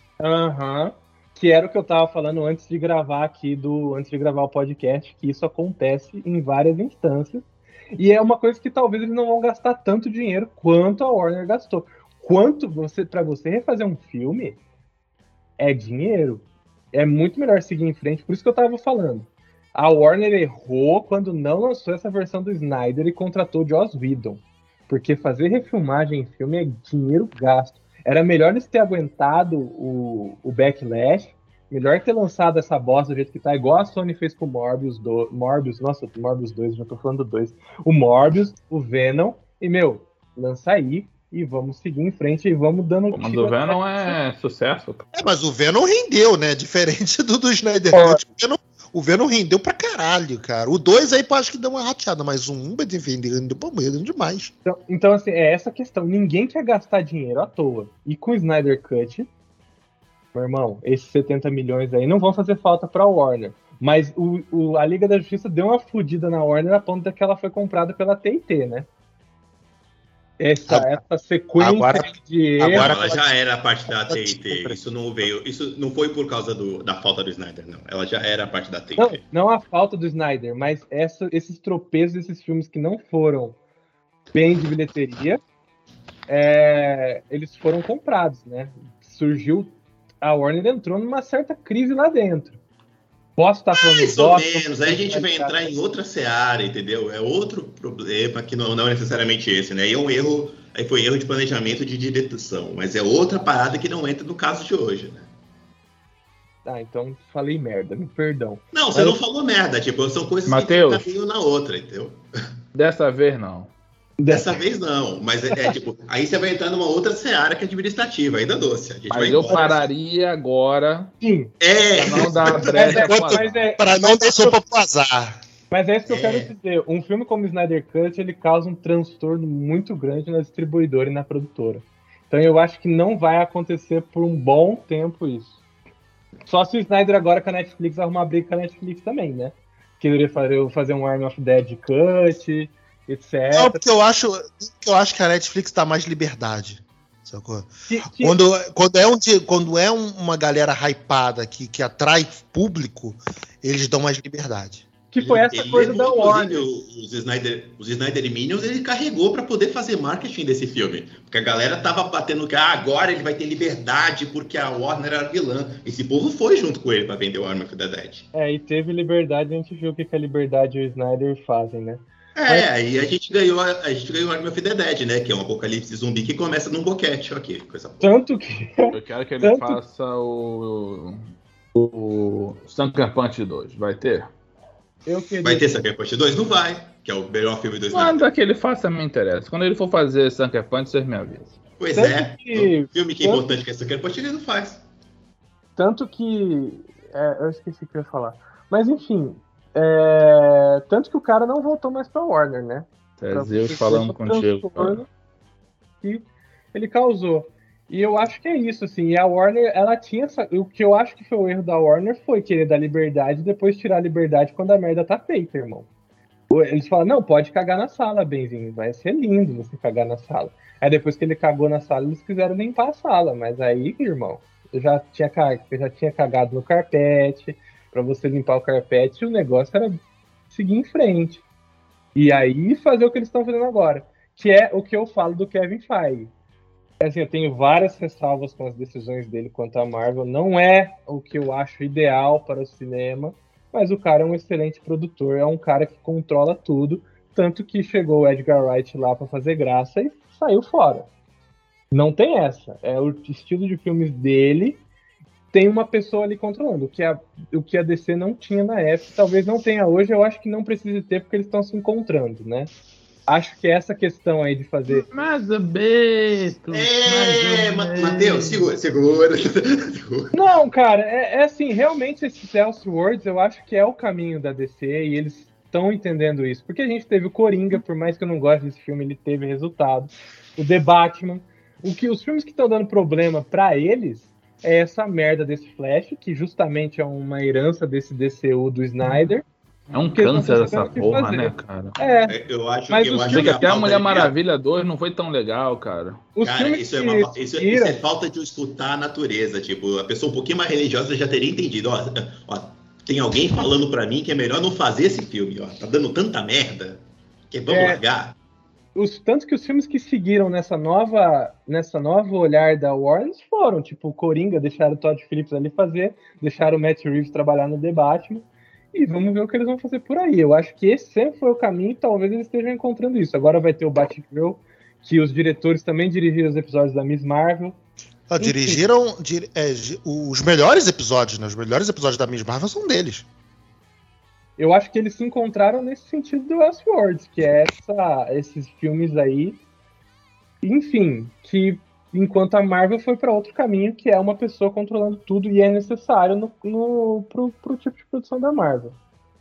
Que era o que eu tava falando antes de gravar o podcast, que isso acontece em várias instâncias. E é uma coisa que talvez eles não vão gastar tanto dinheiro quanto a Warner gastou. Para você refazer um filme, é dinheiro. É muito melhor seguir em frente, por isso que eu tava falando. A Warner errou quando não lançou essa versão do Snyder e contratou Joss Whedon. Porque fazer refilmagem em filme é dinheiro gasto. Era melhor eles ter aguentado o backlash, melhor ter lançado essa bosta do jeito que tá, igual a Sony fez com o Morbius 2, já tô falando do 2. O Morbius, o Venom, e, lança aí e vamos seguir em frente e vamos dando... Mas o Venom é sucesso. Mas o Venom rendeu, né? Diferente do Snyder Cut. O Venom rendeu pra caralho, cara. O 2 aí acho que deu uma rateada, mas o 1 vai defender, rendeu pra medo demais. Então, assim, é essa questão. Ninguém quer gastar dinheiro à toa. E com o Snyder Cut, meu irmão, esses 70 milhões aí não vão fazer falta pra Warner. Mas a Liga da Justiça deu uma fudida na Warner a ponto de que ela foi comprada pela TNT, né? Essa sequência de erros... Agora ela já era a parte da TNT. Isso não foi por causa da falta do Snyder, não. Ela já era a parte da TNT. Não a falta do Snyder, mas esses tropeços desses filmes que não foram bem de bilheteria, eles foram comprados, né? A Warner entrou numa certa crise lá dentro. Posso estar falando mais ou menos, aí a gente vai entrar em outra seara, entendeu? É outro problema que não é necessariamente esse, né? Aí foi erro de planejamento de direção, mas é outra parada que não entra no caso de hoje, né? Então falei merda, me perdão. Não, você não falou merda, são coisas Mateus, que ficam na outra, entendeu? Dessa vez não. Dessa vez não, mas aí você vai entrar numa outra seara que é administrativa, ainda doce. Mas eu pararia agora. Sim. Pra não dar brecha para não dar sopa pro azar. Mas é isso que eu quero dizer. Um filme como Snyder Cut, ele causa um transtorno muito grande na distribuidora e na produtora. Então eu acho que não vai acontecer por um bom tempo isso. Só se o Snyder agora com a Netflix arrumar briga com a Netflix também, né? Que ele iria fazer um Army of Dead Cut... etc. Não, porque eu acho que a Netflix dá mais liberdade. Sacou? Quando é uma galera hypada que atrai público, eles dão mais liberdade. Que foi essa coisa da Warner. Os Snyder Minions ele carregou pra poder fazer marketing desse filme. Porque a galera tava batendo que agora ele vai ter liberdade porque a Warner era vilã. Esse povo foi junto com ele pra vender o Army of the Dead. E teve liberdade, a gente viu o que a liberdade e o Snyder fazem, né? Aí a gente ganhou o Army of the Dead, né? Que é um apocalipse zumbi que começa num boquete, ok. Tanto que... Eu quero que ele faça o Sucker Punch 2. Vai ter? Vai ter Sucker Punch 2? Não vai. Que é o melhor filme do Snyder. Quando é que ele faça, me interessa. Quando ele for fazer Sucker Punch, vocês me avisam. Pois é. O filme que é importante que é Sucker Punch, ele não faz. Tanto que... eu esqueci o que eu ia falar. Mas, enfim... tanto que o cara não voltou mais pra Warner, né? Zeus falando contigo. Que ele causou. E eu acho que é isso, assim. E a Warner, ela tinha... O que eu acho que foi o erro da Warner foi querer dar liberdade e depois tirar a liberdade quando a merda tá feita, irmão. Eles falam, não, pode cagar na sala, Benzinho, vai ser lindo você cagar na sala. Aí depois que ele cagou na sala, eles quiseram limpar a sala, mas aí, irmão, eu já tinha cagado no carpete, pra você limpar o carpete, o negócio era seguir em frente. E aí fazer o que eles estão fazendo agora, que é o que eu falo do Kevin Feige. Assim, eu tenho várias ressalvas com as decisões dele quanto à Marvel. Não é o que eu acho ideal para o cinema, mas o cara é um excelente produtor, é um cara que controla tudo, tanto que chegou o Edgar Wright lá para fazer graça e saiu fora. Não tem essa. É o estilo de filmes dele, tem uma pessoa ali controlando, o que a DC não tinha na época, talvez não tenha hoje, eu acho que não precisa ter, porque eles estão se encontrando, né? Acho que essa questão aí de fazer... Mas o Beto... Matheus, segura. Não, cara, é assim, realmente esses Elseworlds eu acho que é o caminho da DC e eles estão entendendo isso. Porque a gente teve o Coringa, por mais que eu não goste desse filme, ele teve resultado. O The Batman. Os filmes que estão dando problema pra eles é essa merda desse Flash, que justamente é uma herança desse DCU do Snyder. É um câncer essa porra, né, cara? Eu acho que até a Mulher Maravilha 2 não foi tão legal, cara. Cara, isso é falta de escutar a natureza. Tipo, a pessoa um pouquinho mais religiosa já teria entendido. Ó, tem alguém falando pra mim que é melhor não fazer esse filme. Ó, tá dando tanta merda que vamos largar. Tanto que os filmes que seguiram nessa nova olhar da Warner foram, tipo, o Coringa, deixaram o Todd Phillips ali fazer, deixaram o Matt Reeves trabalhar no The Batman. E vamos ver o que eles vão fazer por aí. Eu acho que esse sempre foi o caminho e talvez eles estejam encontrando isso. Agora vai ter o Batgirl, que os diretores também dirigiram os episódios da Miss Marvel. Dirigiram os melhores episódios, né? Os melhores episódios da Miss Marvel são deles. Eu acho que eles se encontraram nesse sentido do Elseworlds, que é esses filmes aí, enfim, que enquanto a Marvel foi para outro caminho, que é uma pessoa controlando tudo e é necessário pro tipo de produção da Marvel.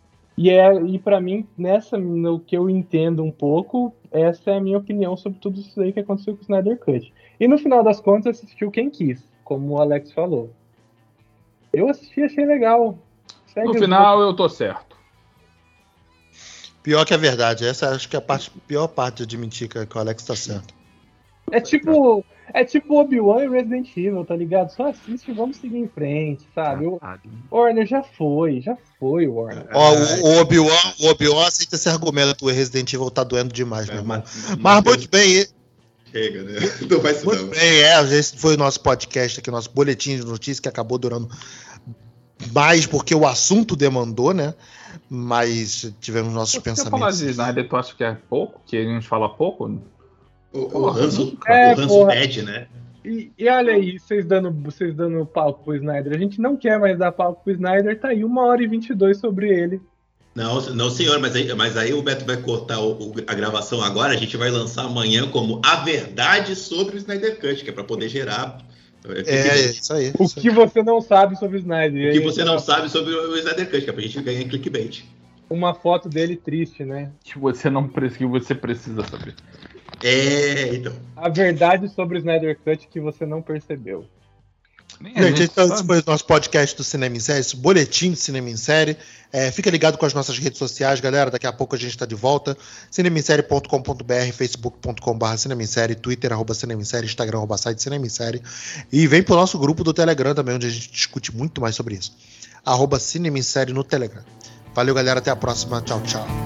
E para mim, no que eu entendo um pouco, essa é a minha opinião sobre tudo isso aí que aconteceu com o Snyder Cut. E no final das contas, assistiu quem quis, como o Alex falou. Eu assisti, achei legal. No final, eu tô certo. Pior que a verdade, essa acho que é a pior parte de admitir que o Alex tá certo. É tipo Obi-Wan e Resident Evil, tá ligado? Só assiste e vamos seguir em frente, sabe? Warner já foi, Warner. O Obi-Wan aceita esse argumento, o Resident Evil tá doendo demais, meu irmão. Mas muito bem. Chega, né? Não vai ser muito bem, esse foi o nosso podcast aqui, nosso boletim de notícias, que acabou durando mais porque o assunto demandou, né? Mas tivemos nossos pensamentos. Se eu falar de Snyder, tu acha que é pouco? Que a gente fala pouco? O Ranço pede, né? E olha aí, vocês dando palco pro Snyder. A gente não quer mais dar palco pro Snyder, tá aí 1h22 sobre ele. Não, senhor, mas aí o Beto vai cortar a gravação agora, a gente vai lançar amanhã como a verdade sobre o Snyder Cut, que é pra poder gerar... isso aí. O que você não sabe sobre o Snyder. O que você não sabe sobre o Snyder Cut, que é pra gente ganhar clickbait. Uma foto dele triste, né? Que você precisa saber. Então. A verdade sobre o Snyder Cut que você não percebeu. Gente, então esse foi o nosso podcast do Cinema em Série, esse boletim de Cinema em Série. Fica ligado com as nossas redes sociais, galera. Daqui a pouco a gente está de volta. cinemissérie.com.br, facebook.com.br Cinema em Série, Twitter, @Cinema em Série, Instagram, @site Cinema em Série. E vem pro nosso grupo do Telegram também, onde a gente discute muito mais sobre isso. @Cinema em Série no Telegram. Valeu, galera. Até a próxima. Tchau, tchau.